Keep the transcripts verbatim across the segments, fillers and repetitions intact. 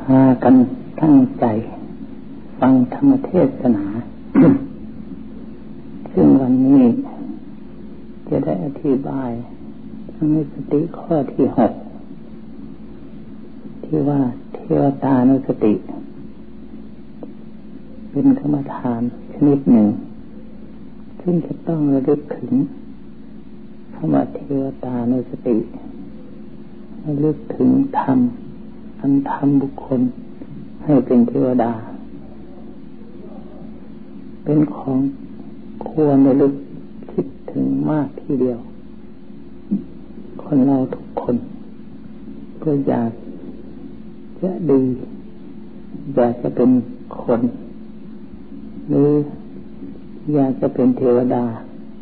พากันตั้งใจฟังธรรมเทศนา ซึ่งวันนี้จะได้อธิบายอนุสติข้อที่หกที่ว่าเทวตานุสติเป็นกรรมฐานชนิดหนึ่งซึ่งจะต้องระลึกถึงคำว่าเทวตานุสติระลึกถึงธรรมอันทำบุคคลให้เป็นเทวดาเป็นของควรระลึกคิดถึงมากทีเดียวคนเราทุกคนก็อยากจะดีอยากจะเป็นคนหรืออยากจะเป็นเทวดา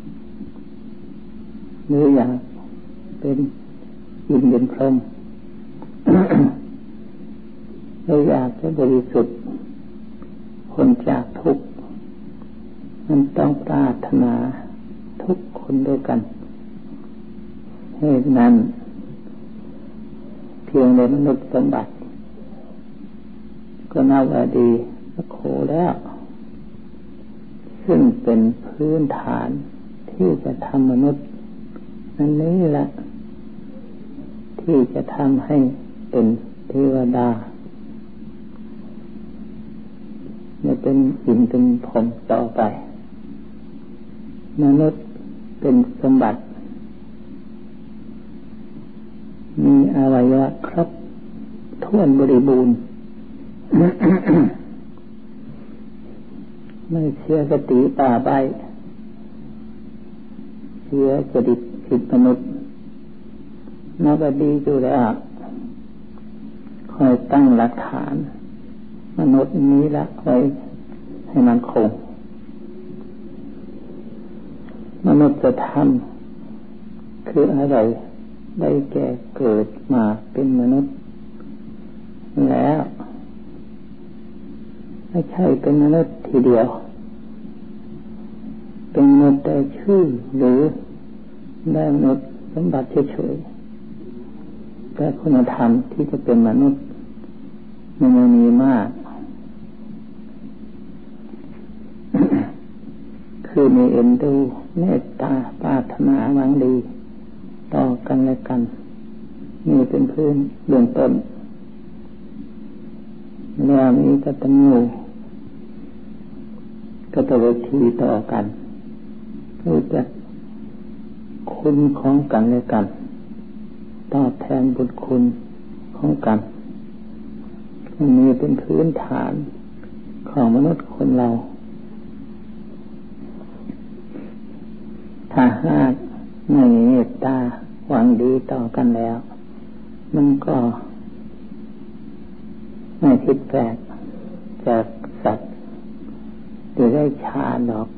หรืออยากเป็นอินทร์เป็นพรหม หรืออยากจะบริสุทธิ์พ้นจากทุกข์มันต้องปรารถนาทุกคนด้วยกันเหตุนั้นเพียงในมนุษย์สมบัติก็นับว่าดีสักโขแล้วซึ่งเป็นพื้นฐานที่จะทำมนุษย์นั่นนี้แหละที่จะทำให้เป็นเทวดาไม่เป็นอินทร์เป็นพรหมต่อไปมนุษย์เป็นสมบัติมีอวัยวะครบถ้วนบริบูรณ์ ไม่เชื่อสติป่าใบเชื่อจริตผิดมนุษย์นับดีอยู่แล้วคอยตั้งหลักฐานมนุษย์นี้ละไว้ให้มันคงมนุษย์จะทำคืออะไรได้แก่เกิดมาเป็นมนุษย์แล้วไม่ใช่เป็นมนุษย์ทีเดียวเป็นมนุษย์ได้ชื่อหรือได้มนุษย์สมบัติเฉยๆแต่คุณธรรมที่จะเป็นมนุษย์มันยังมีมาก คือมีเอ็นดูเมตตาปรารถนาหวังดีต่อกันและกันนี่เป็นพื้นเบื้องต้นแล้วมีกตัญญูกตเวทีต่อกันรู้จักคุณของกันและกันตอบแทนบุญคุณของกันนี่เป็นพื้นฐานของมนุษย์คนเราถ้าหากไม่มีเมตตาหวังดีต่อกันแล้วมันก็ไม่ผิดแปลกจากสัตว์ที่ได้ฌานหรอก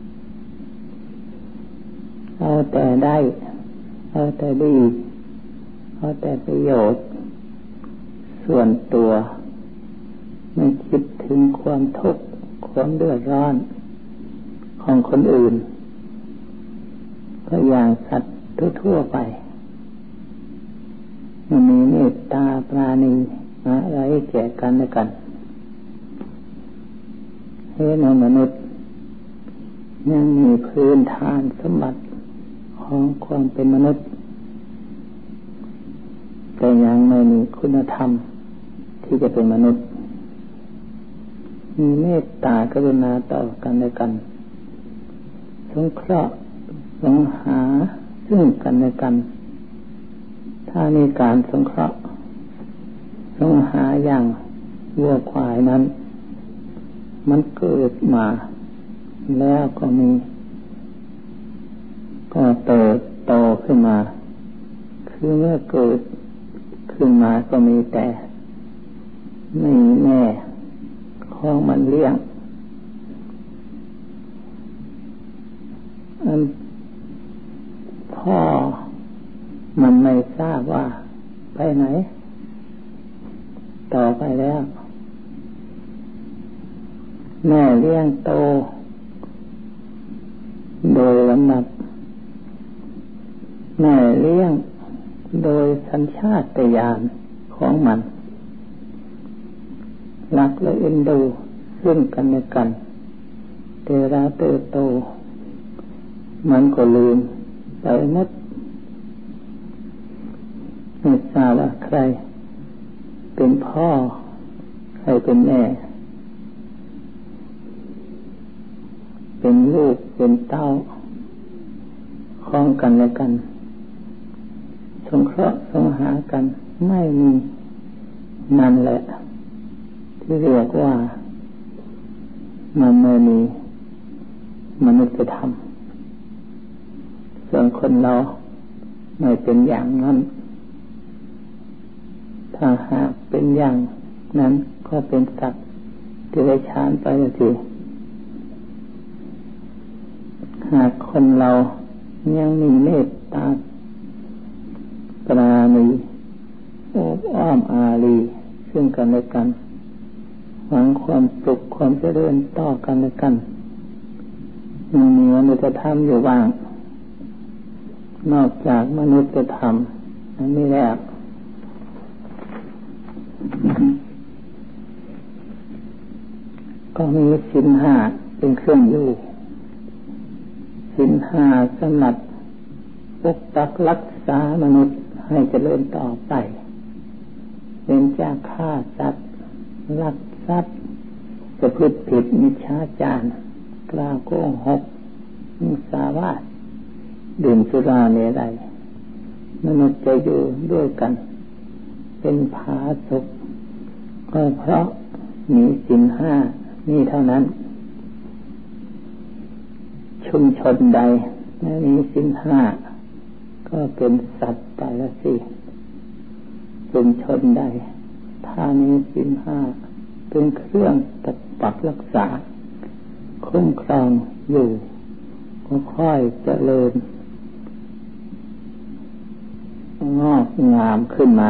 เอาแต่ได้เอาแต่ดีเอาแต่ประโยชน์ส่วนตัวไม่คิดถึงความทุกข์ความเดือดร้อนของคนอื่นก็อย่างสัตว์ทั่วๆไปมันมีเมตตาปราณีอะไรแก่กันและกันเห็นมนุษย์ยังมีพื้นฐานสมบัติของความเป็นมนุษย์แต่ยังไม่มีคุณธรรมที่จะเป็นมนุษย์มีเมตตากรุณาต่อกันและกันสงเคราะห์สงหาซึ่งกันและกันถ้ามีการสงเคราะห์สงหาอย่างวัวควายนั้นมันเกิดมาแล้วก็มีก็เติบโตขึ้นมาคือเมื่อเกิดขึ้นมาก็มีแต่ไม่มีแม่ของมันเลี้ยงอันพ่อมันไม่ทราบว่าไปไหนต่อไปแล้วแม่เลี้ยงโตโดยลำดับแม่เลี้ยงโดยสัญชาตญาณของมันรักและเอ็นดูซึ่งกันและกันเตระเติบโตมันก็ลืมไปหมดไม่ทราบว่าใครเป็นพ่อใครเป็นแม่เป็นลูกเป็นเต้าคล้องกันและกันสงเคราะห์สงหากันไม่มีนั่นแหละที่เรียกว่ามันไม่มีมนุษยธรรมส่วนคนเราไม่เป็นอย่างนั้นถ้าหากเป็นอย่างนั้นก็เป็นสัตว์ที่ได้ฌานไปทีหากคนเรายังมีเมตตาปราณีโอบอ้อมอารีซึ่งกันและกันหวังความสุขความเจริญต่อกันและกันยังมีมนุษยธรรมอยู่บ้างนอกจากมนุษยธรรมอันนี้แหละก็มีศีลห้าเป็นเครื่องอยู่ศีลห้าสำหรับปกปักรักษามนุษย์ให้เจริญต่อไปเป็นจากฆ่าสัตว์ลักทรัพย์ประพฤติผิดมิจฉาจารกล่าวโกหกมุสาวาทดื่มสุราเมรัยมนุษย์จะอยู่ด้วยกันเป็นผาสุกก็เพราะมีศีลห้านี่เท่านั้นชุมชนใดไม่มีศีลห้าก็เป็นสัตว์ตายละสิชุมชนใดถ้ามีศีลห้าเป็นเครื่องปกปักรักษาคุ้มครองอยู่ก็ค่อยเจริญงอกงามขึ้นมา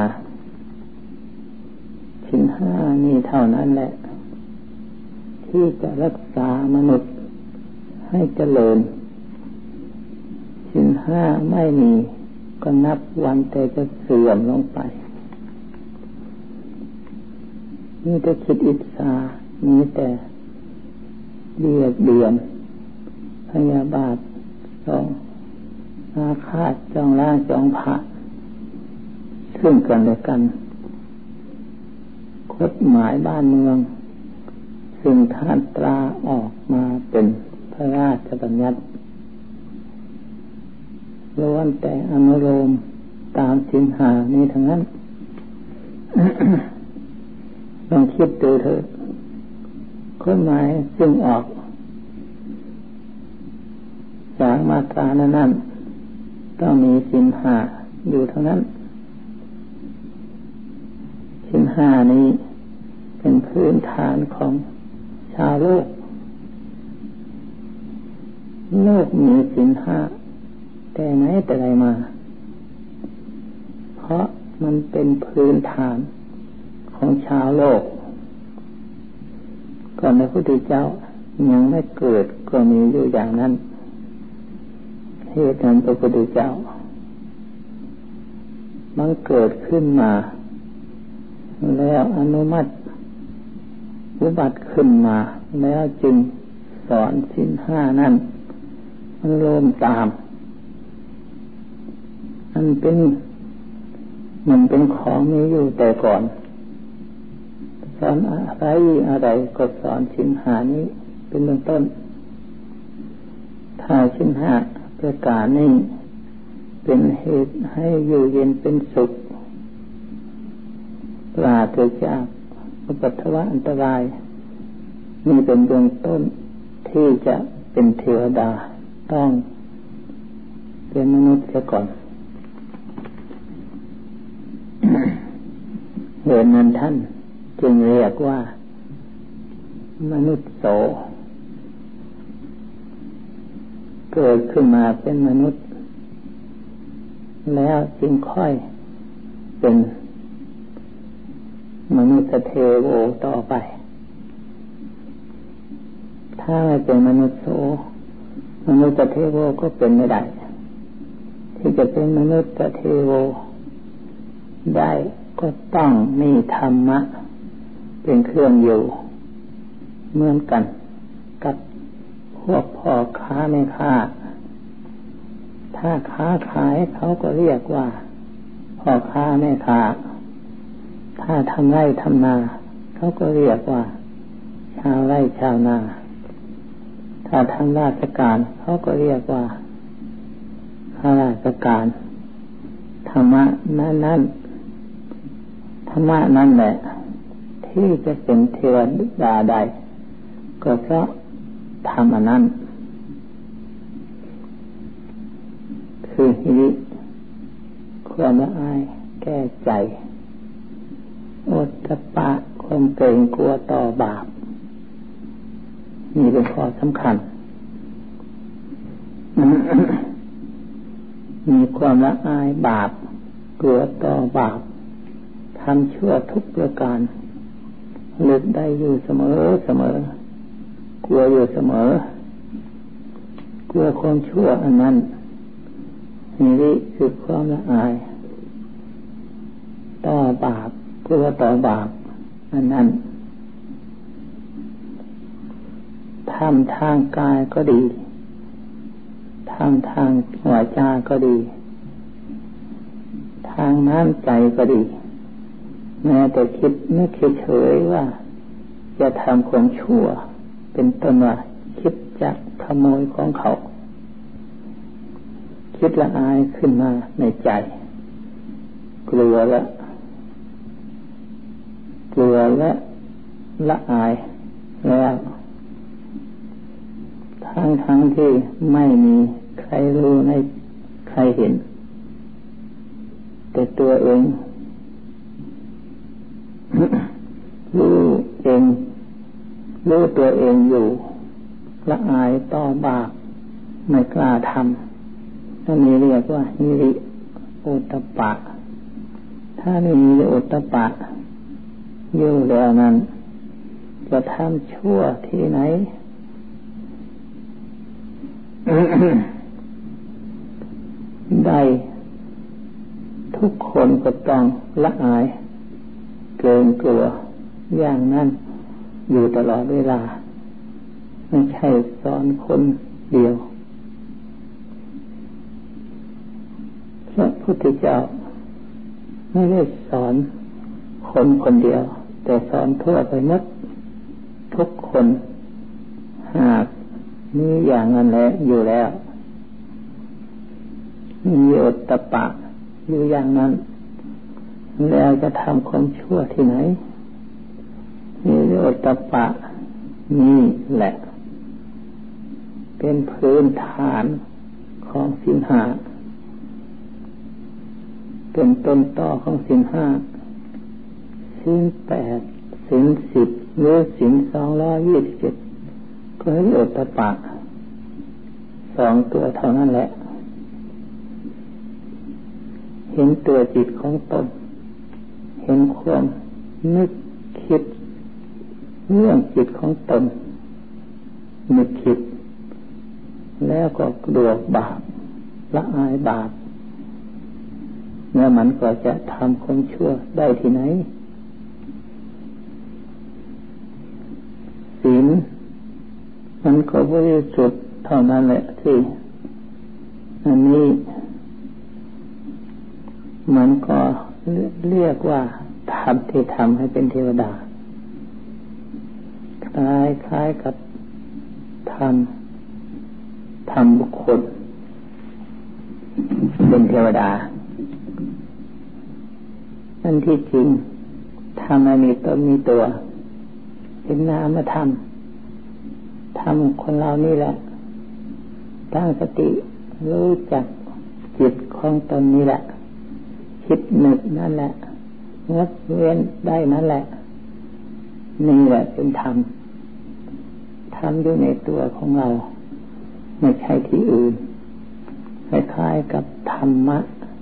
ศีลห้านี่เท่านั้นแหละที่จะรักษามนุษย์ให้เจริญศีลห้าไม่มีก็นับวันแต่จะเสื่อมลงไปมีแต่คิดอิจฉามีแต่เบียดเบียนพยาบาทจองอาฆาตจองล้างจองผะซึ่งกันและกันกฎหมายบ้านเมืองซึ่งท่านตราออกมาเป็นพระราชบัญญัติล้วนแต่อนุโลมตามศีลห้านี้ทั้งนั้น ลองคิดดูเถิดกฎหมายซึ่งออกจากมาตรานั้นต้องมีศีลห้าอยู่ทั้งนั้นศีลห้านี้เป็นพื้นฐานของชาวโลกโลกมีศีลห้าแต่ไหนแต่ไรมาเพราะมันเป็นพื้นฐานของชาวโลกก่อนพระพุทธเจ้ายังไม่เกิดก็มีอยู่อย่างนั้นเหตุนั้นพระพุทธเจ้ามันเกิดขึ้นมาแล้วอนุมัติอุบัติขึ้นมาแล้วจึงสอนศีลห้านั้นมันโลมตามมันเป็นมันเป็นของมีอยู่แต่ก่อนสอนอะไรอะไรก็สอนศีลห้านี้เป็นเบื้องต้นถ้าศีลห้าประการนี้เป็นเหตุให้อยู่เย็นเป็นสุขปราศจากอุปัฏฐวะอันตรายมีเป็นเบื้องต้นที่จะเป็นเทวดาต้องเป็นมนุษย์เสียก่อน เหตุนั้นท่านจึงเรียกว่ามนุษย์โสเกิดขึ้นมาเป็นมนุษย์แล้วจึงค่อยเป็นมนุษย์เทโวต่อไปถ้าไม่เป็นมนุษย์โสมนุษย์เทโวก็เป็นไม่ได้ที่จะเป็นมนุษย์เทโวได้ก็ต้องมีธรรมะเป็นเครื่องอยู่เหมือนกันกับพวกพ่อค้าแม่ค้าถ้าค้าขายเขาก็เรียกว่าพ่อค้าแม่ค้าถ้าทำไร่ทำนาเขาก็เรียกว่าชาวไร่ชาวนาถ้าทำราชการเขาก็เรียกว่าข้าราชการธรรมะนั้นนั้นธรรมะนั่นแหละที่จะเป็นเทวดาได้ก็เพราะธรรมอันนั้นคือหิริความละอายแก้ใจโอตตัปปะความเกรงกลัวต่อบาปนี่เป็นข้อสำคัญ มีความละอายบาปกลัวต่อบาปทำชั่วทุกประการลึกได้อยู่เสมอเสมอกลัวอยู่เสมอกลัวความชั่วอันนั้นนี่คือความละอายต่อบาปกลัวต่อบาปอันนั้นทำทางกายก็ดีทำทางวาจาก็ดีทางน้ำใจก็ดีแม้แต่คิดนึกเฉยๆว่าจะทำความชั่วเป็นต้นว่าคิดจะขโมยของเขาคิดละอายขึ้นมาในใจกลัวและกลัวและละอายแล้วทั้งทั้งที่ไม่มีใครรู้ในใครเห็นแต่ตัวเอง รู้เองรู้ตัวเองอยู่ละอายต่อบาปไม่กล้าทำนั่นเรียกว่าหิริโอตตัปปะถ้าไม่มีโอตตัปปะอยู่แล้วนั้นจะทำชั่วที่ไหน ได้ทุกคนก็ต้องละอายเกรงกลัวอย่างนั้นอยู่ตลอดเวลาไม่ใช่สอนคนเดียวพระพุทธเจ้าไม่ได้สอนคนคนเดียวแต่สอนทั่วไปหมดทุกคนหากมีอย่างนั้นแล้วอยู่แล้วมีโอตตัปปะอยู่อย่างนั้นแล้วจะทำความชั่วที่ไหนมีโอตตัปปะนี่แหละเป็นพื้นฐานของศีลห้าเป็นต้นต่อของศีลห้าศีลแปดศีลสิบหรือศีลสองร้อยยี่สิบเจ็ดก็ให้โอตตัปปะสองตัวเท่านั้นแหละเห็นตัวจิตของตนเห็นความนึกคิดเรื่องจิตของตนนึกคิดแล้วก็กลัวบาปละอายบาปเนี่ยมันก็จะทำความชั่วได้ที่ไหนศีลมันก็บริสุทธิ์เท่านั้นแหละที่อันนี้มันก็เรียกว่าทำที่ทำให้เป็นเทวดาคล้ายคล้ายกับทำทำบุคคลเป็นเทวดานั่นที่จริงทำให้มีตนมีตัวเป็นนามธรรมทำคนเรานี่แหละตั้งสติรู้จักจิตของตนนี่แหละคิดนึกนั่นแหละงดเว้นได้นั่นแหละนี่แหละเป็นธรรมธรรมอยู่ในตัวของเราไม่ใช่ที่อื่นคล้ายๆกับธรรมะ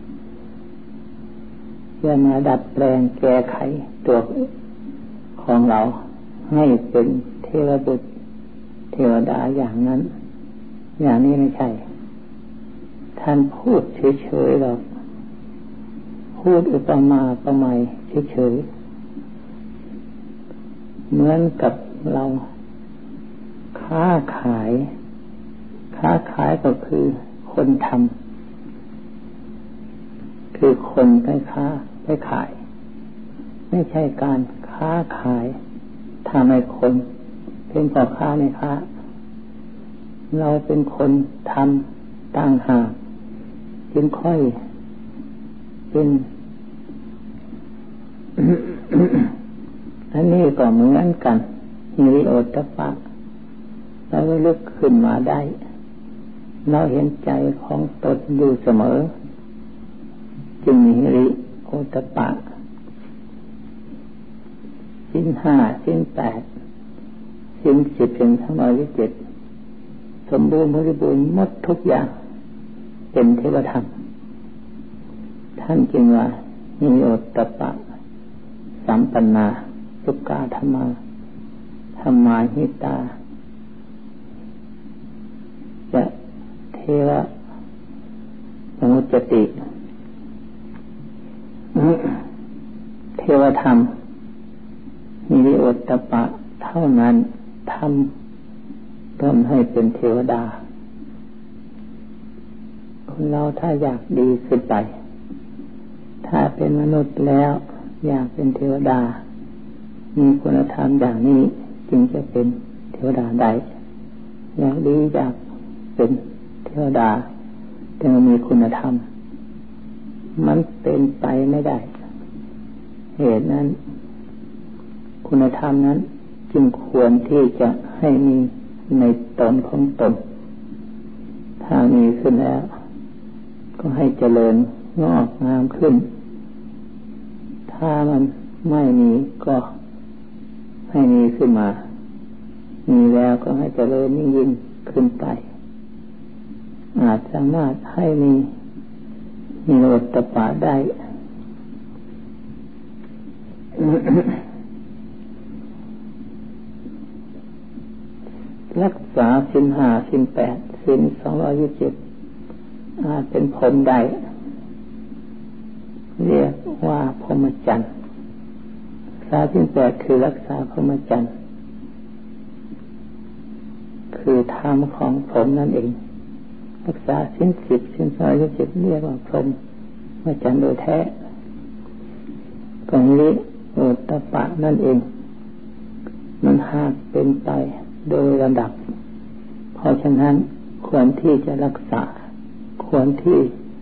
เพื่อมาดัดแปลงแก้ไขตัวของเราให้เป็นเทวบุตรเทวดาอย่างนั้นอย่างนี้ไม่ใช่ท่านพูดเฉยๆหรอกพูดอุปมาประไมยเฉยๆเหมือนกับเราค้าขายค้าขายก็คือคนทำคือคนไปค้าไปขายไม่ใช่การค้าขายทำให้คนเป็นพ่อค้าแม่ค้าเราเป็นคนทำต่างหากจึงค่อยเป็น อันนี้ก็เหมือนกันฮิริโอตตัปปะเราก็ลึกขึ้นมาได้เราเห็นใจของตนอยู่เสมอจึงมีฮิริโอตตัปปะศีลห้าศีลแปดศีลสิบศีลสองร้อยยี่สิบเจ็ดสมบูรณ์บริบูรณ์หมดทุกอย่างเป็นเทวธรรมท่านจึงว่าฮิริโอตตัปปะสัมปันนาสุกาธรรมาธรรมาหิตาจะเทวะสมุจติเทวธรรมฮิริโอตตัปปะเท่านั้นทำตนให้เป็นเทวดาคนเราถ้าอยากดีขึ้นไปถ้าเป็นมนุษย์แล้วอยากเป็นเทวดามีคุณธรรมอย่างนี้จึงจะเป็นเทวดาได้อยากดีอยากเป็นเทวดาแต่มีคุณธรรมมันเป็นไปไม่ได้เหตุนั้นคุณธรรมนั้นจึงควรที่จะให้มีในตนของตนถ้ามีขึ้นแล้วก็ให้เจริญงอกงามขึ้นถ้ามันไม่มีก็ให้มีขึ้นมามีแล้วก็ให้เจริญยิ่งยิ่งขึ้นไปอาจสามารถให้มีนิโรธตัปปะได้ รักษาศีลห้าศีลแปดศีลสองร้อยยี่สิบเจ็ดอาจเป็นพรหมได้เรียกว่าพรหมจรรย์สาศีลแปดคือรักษาพรหมจรรย์คือธรรมของพรหมนั่นเองรักษาศีลสิบศีลสองร้อยยี่สิบเจ็ดเรียกว่าพรหมจรรย์โดยแท้ก็ฮิริโอตตัปปะนั่นเองมันหากเป็นไปโดยระดับเพราะฉะนั้นควรที่จะรักษาควรที่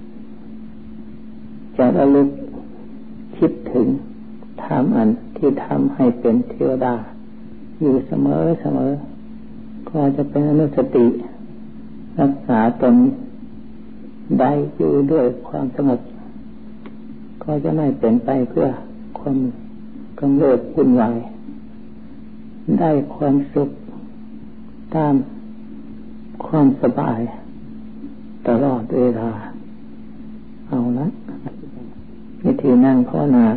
จะระลึกคิดถึงธรรมอันที่ทำให้เป็นเทวดาอยู่เสมอเสมอก็จะเป็นอนุสติรักษาตนได้อยู่ด้วยความสงบก็จะไม่เป็นไปเพื่อความกำเริบวุ่นวายได้ความสุขตามความสบายตลอดเวลาเอาละวิธีนั่งภาวนา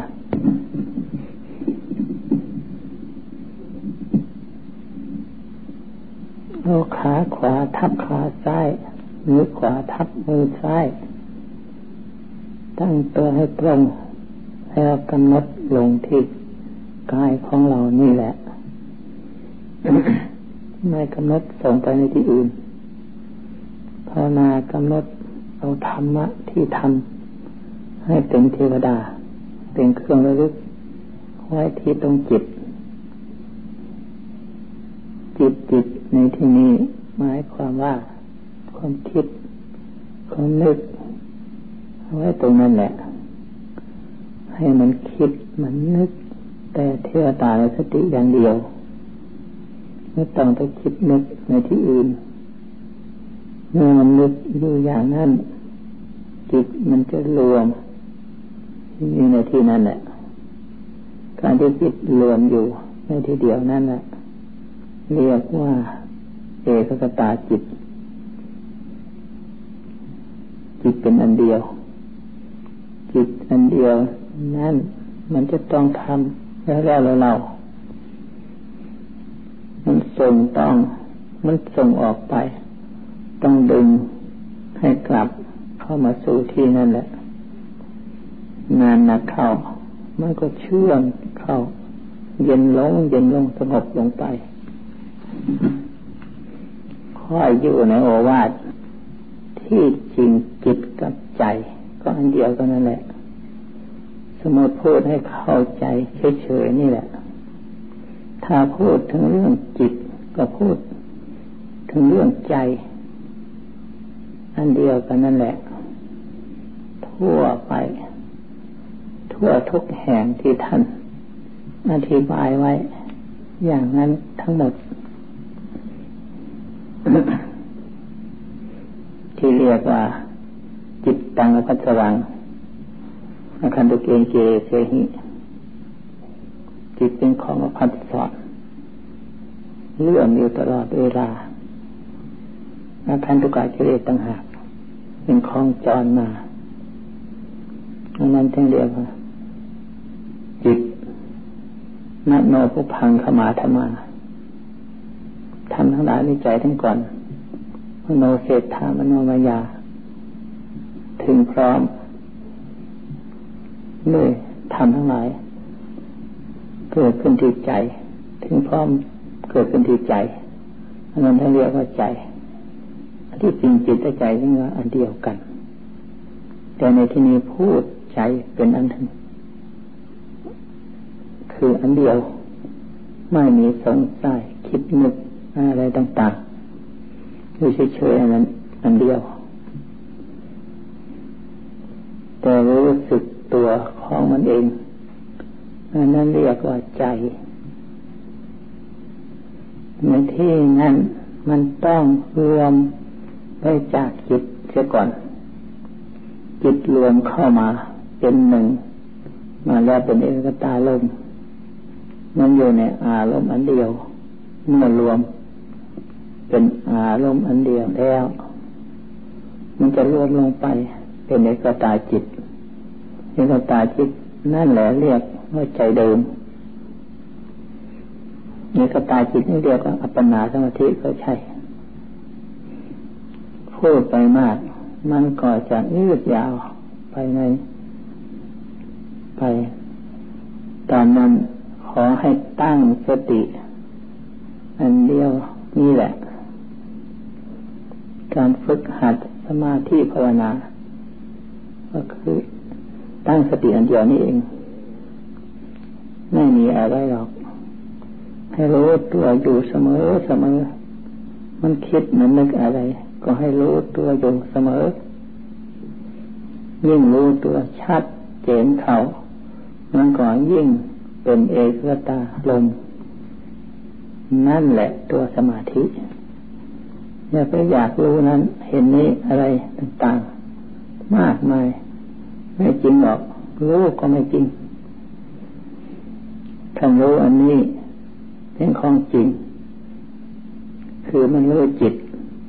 เอาขาขวาทับขาซ้ายมือขวาทับมือซ้ายตั้งตัวให้ตรงแล้วกำหนดลงที่กายของเรานี่แหละ ไม่กำหนดส่งไปในที่อื่นภาวนากำหนดเอาธรรมะที่ทำให้เป็นเทวดาเป็นเครื่องระลึกไว้ที่ตรงจิตจิตจิตในที่นี้หมายความว่าความคิดความนึกเอาไว้ตรงนั้นแหละให้มันคิดมันนึกแต่เทวดาในสติอย่างเดียวไม่ต้องไปคิดนึกในที่อื่นเมื่อมันนึกอยู่อย่างนั้นจิตมันจะรวมอยู่ในที่นั้นแหละการที่จิตรวมอยู่ในที่เดียวนั้นแหละเรียกว่าเอกคตาจิตจิตเป็นอันเดียวจิตอันเดียวนั้นมันจะต้องทำแล้วแล้วเรามันส่งต้องมันส่งออกไปต้องดึงให้กลับเข้ามาสู่ที่นั่นแหละนานนักเข้ามันก็เชื่อมเข้าเย็นลงเย็นลงสงบลงไปค่อยอยู่ในโอวาทที่จริงจิตกับใจก็อันเดียวกันนั่นแหละสมมติพูดให้เข้าใจเฉยๆนี่แหละถ้าพูดถึงเรื่องจิตก็พูดถึงเรื่องใจอันเดียวกันนั่นแหละทั่วไปทั่วทุกแห่งที่ท่านอธิบายไว้อย่างนั้นทั้งหมด ที่เรียกว่าจิตตังอภัสสรังอคันตุเกเกเสหิจิตเป็นของอภัสสรเลื่อมอยู่ตลอดเวลาอาคันตุกะกิเลสต่างหากเป็นของจรมาอันนั้นจึงเรียกว่าจิตมโนภุพังขมาธรรมาทำทั้งหลายในใจทั้งก่อนมโนเศรษฐามโนมายาถึงพร้อมด้วยทำทั้งหลายเกิดขึ้นที่ใจถึงพร้อมเกิดขึ้นที่ใจอันนั้นท่านเรียกว่าใจที่จริงจิตและใจนี่ว่าอันเดียวกันแต่ในที่นี้พูดใจเป็นอันหนึ่งคืออันเดียวไม่มีสงสัยคิดนึกอะไรต่างๆอยู่เฉยๆอันนั้นอันเดียวแต่รู้สึกตัวของมันเองอันนั้นเรียกว่าใจในที่นั้นมันต้องรวมไปจากจิตเสียก่อนจิตรวมเข้ามาเป็นหนึ่งมาแล้วเป็นเอกตาลมมันอยู่ในอารมณ์อันเดียวเมื่อรวมเป็นอารมณ์อันเดียวแล้วมันจะรวมลงไปเป็นเอกตาจิตเอกตาจิตนั่นแหละเรียกว่าใจเดิมเอกตาจิตนี่เรียกว่าอัปปนาสมาธิก็ใช่พูดไปมากมันก็จะยืดยาวไปในไปตอนนั้นขอให้ตั้งสติอันเดียวนี่แหละการฝึกหัดสมาธิภาวนาก็คือตั้งสติอันเดียวนี่เองไม่มีอะไรหรอกให้รู้ตัวอยู่เสมอเสมอมันคิดมันนึกอะไรก็ให้รู้ตัวอยู่เสมอยิ่งรู้ตัวชัดเจนเขามันก็ยิ่งเป็นเอกตาลมนั่นแหละตัวสมาธิอย่าไปอยากรู้นั้นเห็นนี้อะไรต่างๆมากมายไม่จริงหรอกรู้ก็ไม่จริงถ้ารู้อันนี้เป็นของจริงคือมันรู้จิต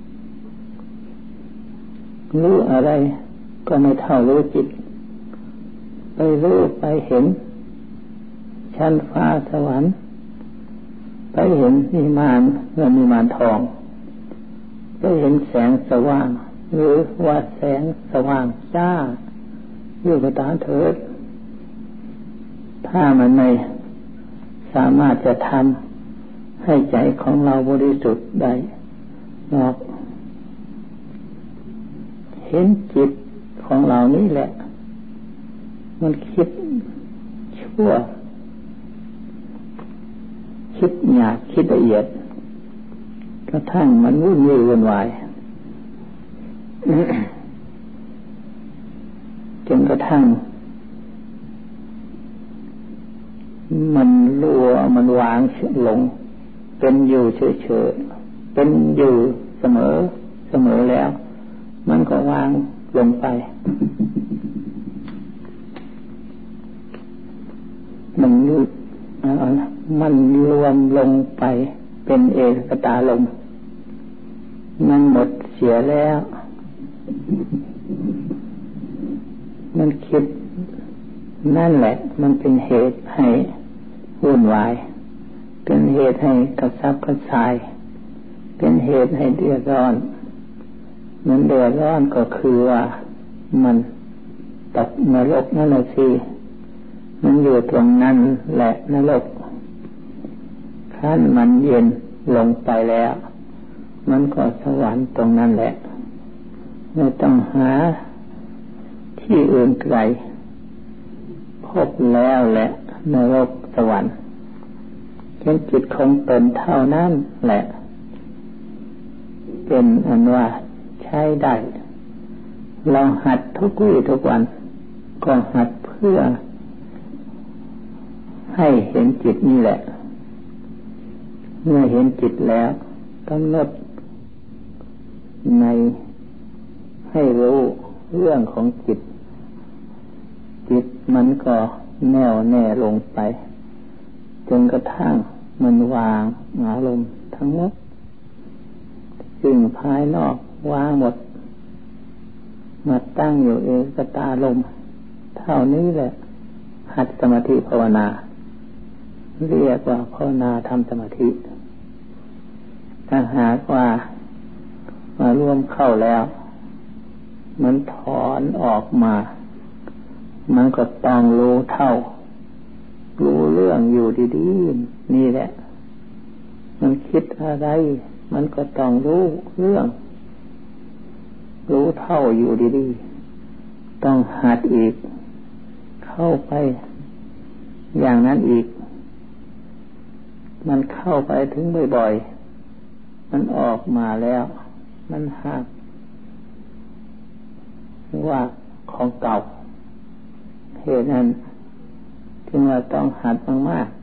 รู้อะไรก็ไม่เท่ารู้จิตไปรู้ไปเห็นชั้นฟ้าสวรรค์ไปเห็นนิมานเงินนิมานทองไปเห็นแสงสว่างหรือว่าแสงสว่างจ้าอยู่กับตาเถิดถ้ามันไม่สามารถจะทำให้ใจของเราบริสุทธิ์ได้หรอกเห็นจิตของเรานี่แหละมันคิดชั่วคิดหยาบคิดละเอียดกระทั่งมันวุ่นวุ่นวายจนกระทั่งมันรัวมันวางลงเป็นอยู่เฉยๆเป็นอยู่เสมอเสมอแล้วมันก็วางลงไปมันมันรวมลงไปเป็นเอกตาลมมันหมดเสียแล้วมันคิดนั่นแหละมันเป็นเหตุให้วุ่นวายเป็นเหตุให้กระซับกระส่ายเป็นเหตุให้เดือดร้อนมันเดือดร้อนก็คือว่ามันตกนรกนั่นแหละสิมันอยู่ตรงนั้นแหละนรกขั้นมันเย็นลงไปแล้วมันก็สวรรค์ตรงนั้นแหละไม่ต้องหาที่อื่นไกลพบแล้วแหละนรกสวรรค์เช่นจิตของตนเท่านั้นแหละเป็นอันว่าใช้ได้เราหัดทุกวี่ทุกวันก็หัดเพื่อให้เห็นจิตนี่แหละเมื่อเห็นจิตแล้วกำหนดในให้รู้เรื่องของจิตจิตมันก็แน่วแน่ลงไปจนกระทั่งมันวางอารมณ์ทั้งหมดสิ่งภายนอกวางหมดมาตั้งอยู่เอกตาลมเท่านี้แหละหัดสมาธิภาวนาเรียกว่าภาวนาทำสมาธิถ้าหากว่ามาร่วมเข้าแล้วมันถอนออกมามันก็ต้องรู้เท่ารู้เรื่องอยู่ดีๆนี่แหละมันคิดอะไรมันก็ต้องรู้เรื่องรู้เท่าอยู่ดีๆต้องหัดอีกเข้าไปอย่างนั้นอีกมันเข้าไปถึงบ่อยๆมันออกมาแล้วมันหักว่าของเก่าเหตุนั้นจึงเราต้องหัดมาก